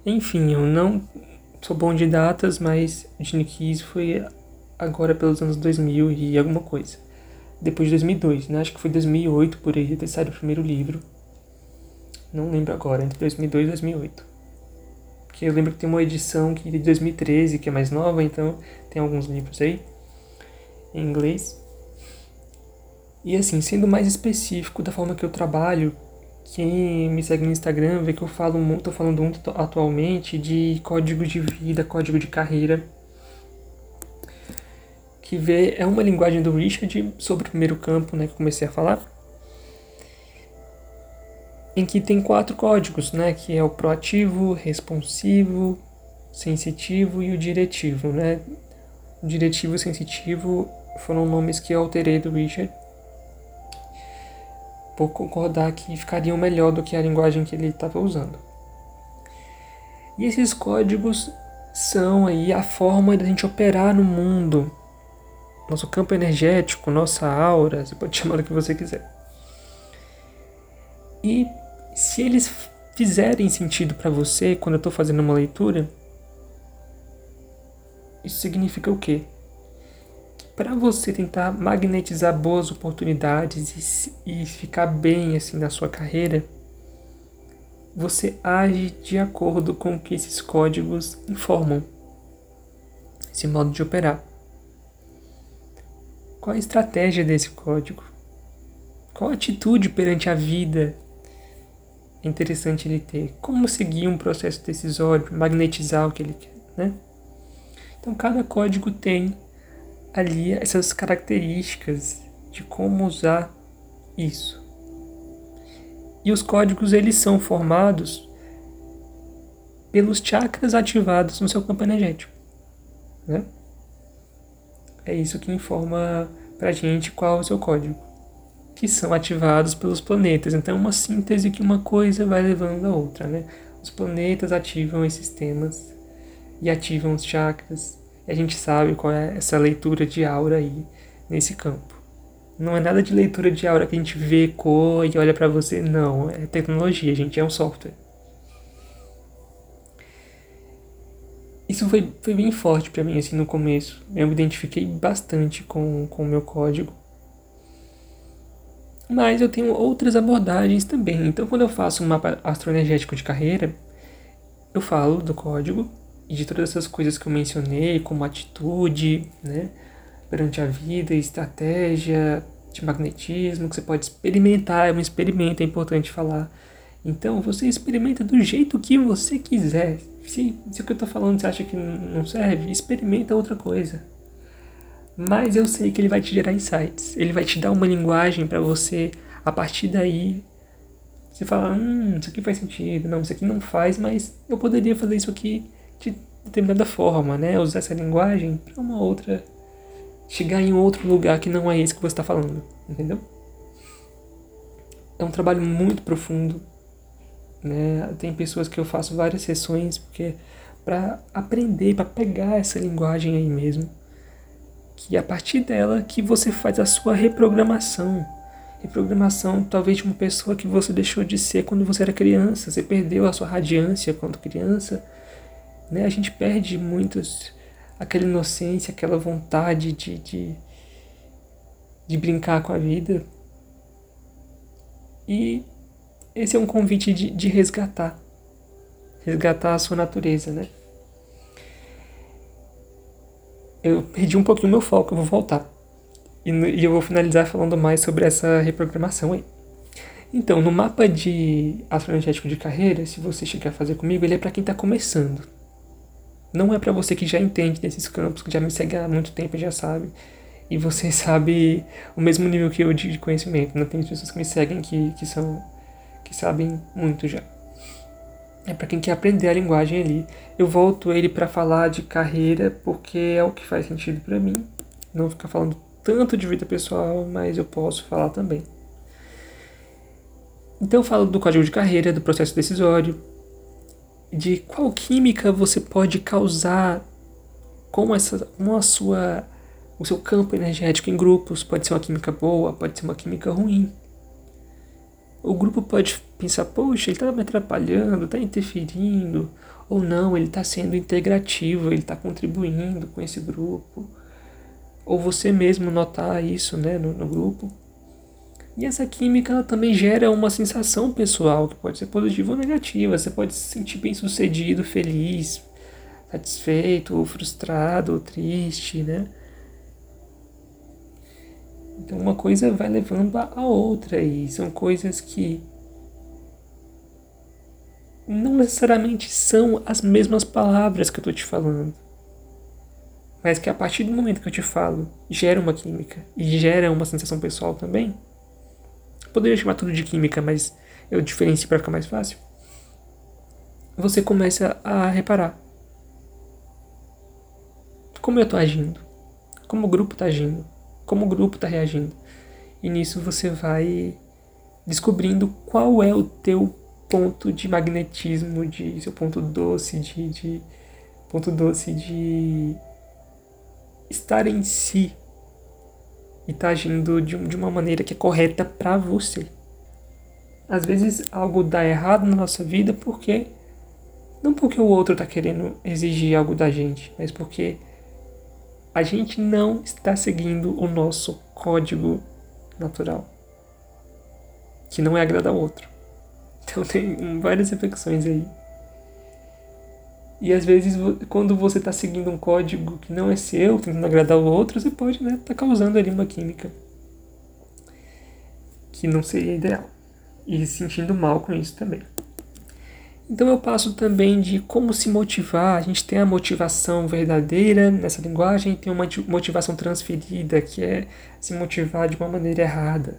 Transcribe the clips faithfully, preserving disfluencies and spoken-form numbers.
Enfim, eu não sou bom de datas, mas Gene Keys foi agora pelos anos dois mil e alguma coisa. Depois de dois mil e dois, né? Acho que foi dois mil e oito por aí, ter saído o primeiro livro. Não lembro agora, entre dois mil e dois e dois mil e oito. Porque eu lembro que tem uma edição que de dois mil e treze, que é mais nova, então tem alguns livros aí em inglês. E assim, sendo mais específico da forma que eu trabalho, quem me segue no Instagram vê que eu falo muito, tô falando muito atualmente de código de vida, código de carreira, que vê, é uma linguagem do Richard sobre o primeiro campo, né, que eu comecei a falar, em que tem quatro códigos, né, que é o proativo, responsivo, sensitivo e o diretivo, né. O diretivo e o sensitivo foram nomes que eu alterei do Richard, por concordar que ficariam melhor do que a linguagem que ele estava usando. E esses códigos são aí a forma da gente operar no mundo, nosso campo energético, nossa aura, você pode chamar do que você quiser. E se eles fizerem sentido para você quando eu estou fazendo uma leitura, isso significa o quê? Para você tentar magnetizar boas oportunidades e, e ficar bem assim na sua carreira, você age de acordo com o que esses códigos informam, esse modo de operar. Qual a estratégia desse código? Qual a atitude perante a vida é interessante ele ter? Como seguir um processo decisório, magnetizar o que ele quer, né? Então, cada código tem ali essas características de como usar isso. E os códigos, eles são formados pelos chakras ativados no seu campo energético, né? É isso que informa pra gente qual é o seu código, que são ativados pelos planetas. Então é uma síntese que uma coisa vai levando a outra, né? Os planetas ativam esses temas e ativam os chakras. E a gente sabe qual é essa leitura de aura aí nesse campo. Não é nada de leitura de aura que a gente vê cor e olha pra você. Não, é tecnologia, gente, é um software. Isso foi, foi bem forte pra mim, assim, no começo. Eu me identifiquei bastante com, com o meu código. Mas eu tenho outras abordagens também. Então, quando eu faço um mapa astroenergético de carreira, eu falo do código e de todas essas coisas que eu mencionei, como atitude, né, perante a vida, estratégia de magnetismo, que você pode experimentar, é um experimento, é importante falar. Então, você experimenta do jeito que você quiser. Se, se o que eu tô falando você acha que não serve, experimenta outra coisa. Mas eu sei que ele vai te gerar insights. Ele vai te dar uma linguagem para você, a partir daí, você fala, hum, isso aqui faz sentido, não, isso aqui não faz, mas eu poderia fazer isso aqui de determinada forma, né? Usar essa linguagem para uma outra, chegar em outro lugar que não é esse que você está falando, entendeu? É um trabalho muito profundo, né? Tem pessoas que eu faço várias sessões porque para aprender, para pegar essa linguagem aí mesmo, que é a partir dela que você faz a sua reprogramação. Reprogramação talvez de uma pessoa que você deixou de ser quando você era criança. Você perdeu a sua radiância quando criança, né? A gente perde muitos, aquela inocência, aquela vontade de, de, de brincar com a vida. E esse é um convite de, de resgatar. Resgatar a sua natureza, né? Eu perdi um pouquinho o meu foco, eu vou voltar. E, e eu vou finalizar falando mais sobre essa reprogramação aí. Então, no mapa de astroenergético de carreira, se você chegar a fazer comigo, ele é para quem está começando. Não é para você que já entende desses campos, que já me segue há muito tempo e já sabe. E você sabe o mesmo nível que eu de conhecimento. Não tem pessoas que me seguem que, que, são, que sabem muito já. É para quem quer aprender a linguagem ali. Eu volto ele para falar de carreira porque é o que faz sentido para mim. Não ficar falando tanto de vida pessoal, mas eu posso falar também. Então eu falo do código de carreira, do processo decisório, de qual química você pode causar com, essa, com a sua, o seu campo energético em grupos. Pode ser uma química boa, pode ser uma química ruim. O grupo pode pensar, poxa, ele está me atrapalhando, está interferindo, Ou não, ele está sendo integrativo, ele está contribuindo com esse grupo. Ou você mesmo notar isso, né, no, no grupo. E essa química ela também gera uma sensação pessoal, que pode ser positiva ou negativa. Você pode se sentir bem sucedido, feliz, satisfeito, ou frustrado, ou triste, né? Então uma coisa vai levando a outra e são coisas que não necessariamente são as mesmas palavras que eu estou te falando. Mas que a partir do momento que eu te falo, gera uma química e gera uma sensação pessoal também. Poderia chamar tudo de química, mas eu diferencio para ficar mais fácil. Você começa a reparar. Como eu estou agindo? Como o grupo está agindo? Como o grupo está reagindo? E nisso você vai descobrindo qual é o teu ponto de magnetismo, de seu ponto doce, de, de ponto doce de estar em si e estar tá agindo de, de uma maneira que é correta para você. Às vezes algo dá errado na nossa vida porque não porque o outro está querendo exigir algo da gente, mas porque a gente não está seguindo o nosso código natural, que não é agradar o outro. Então tem várias reflexões aí. E às vezes, quando você está seguindo um código que não é seu, tentando agradar o outro, você pode, né, tá causando ali uma química que não seria ideal. E se sentindo mal com isso também. Então eu passo também de como se motivar. A gente tem a motivação verdadeira nessa linguagem, tem uma motivação transferida, que é se motivar de uma maneira errada.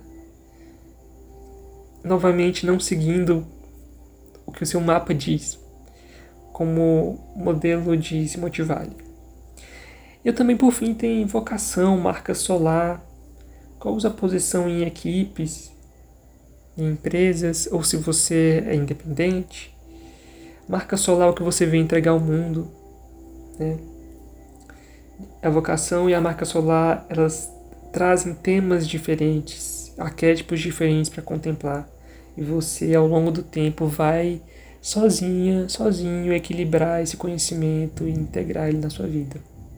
Novamente, não seguindo o que o seu mapa diz como modelo de se motivar. Eu também, por fim, tenho vocação, marca solar, qual usa a posição em equipes, em empresas, ou se você é independente. Marca solar é o que você vem entregar ao mundo, né? A vocação e a marca solar, elas trazem temas diferentes, arquétipos diferentes para contemplar. E você, ao longo do tempo, vai sozinha, sozinho, equilibrar esse conhecimento e integrar ele na sua vida.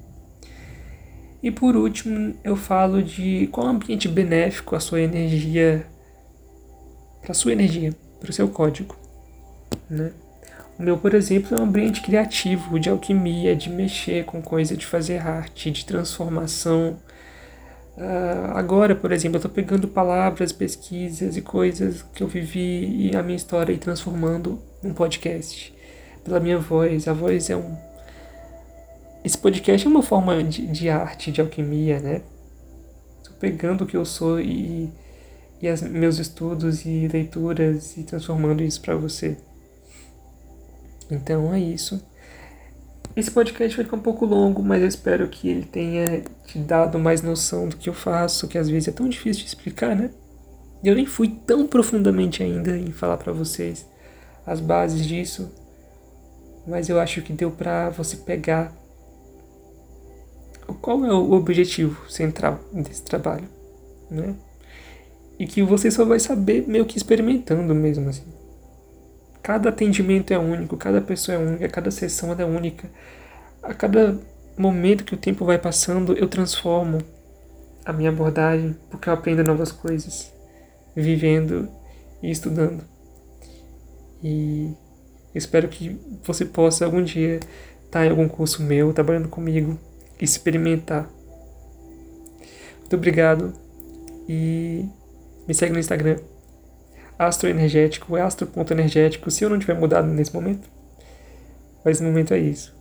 E por último, eu falo de qual ambiente benéfico a sua energia, para a sua energia, para o seu código, né? O meu, por exemplo, é um ambiente criativo, de alquimia, de mexer com coisa, de fazer arte, de transformação. Uh, agora, por exemplo, eu estou pegando palavras, pesquisas e coisas que eu vivi e a minha história e transformando num podcast. Pela minha voz. A voz é um... Esse podcast é uma forma de, de arte, de alquimia, né? Estou pegando o que eu sou e, e as, meus estudos e leituras e transformando isso para você. Então é isso. Esse podcast vai ficar um pouco longo, mas eu espero que ele tenha te dado mais noção do que eu faço, que às vezes é tão difícil de explicar, né? Eu nem fui tão profundamente ainda em falar pra vocês as bases disso, mas eu acho que deu pra você pegar qual é o objetivo central desse trabalho, né? E que você só vai saber meio que experimentando mesmo, assim. Cada atendimento é único, cada pessoa é única, cada sessão é única. A cada momento que o tempo vai passando, eu transformo a minha abordagem, porque eu aprendo novas coisas, vivendo e estudando. E espero que você possa algum dia estar em algum curso meu, trabalhando comigo, experimentar. Muito obrigado e me segue no Instagram. Astroenergético, é astro ponto energético, se eu não tiver mudado nesse momento. Mas no momento é isso.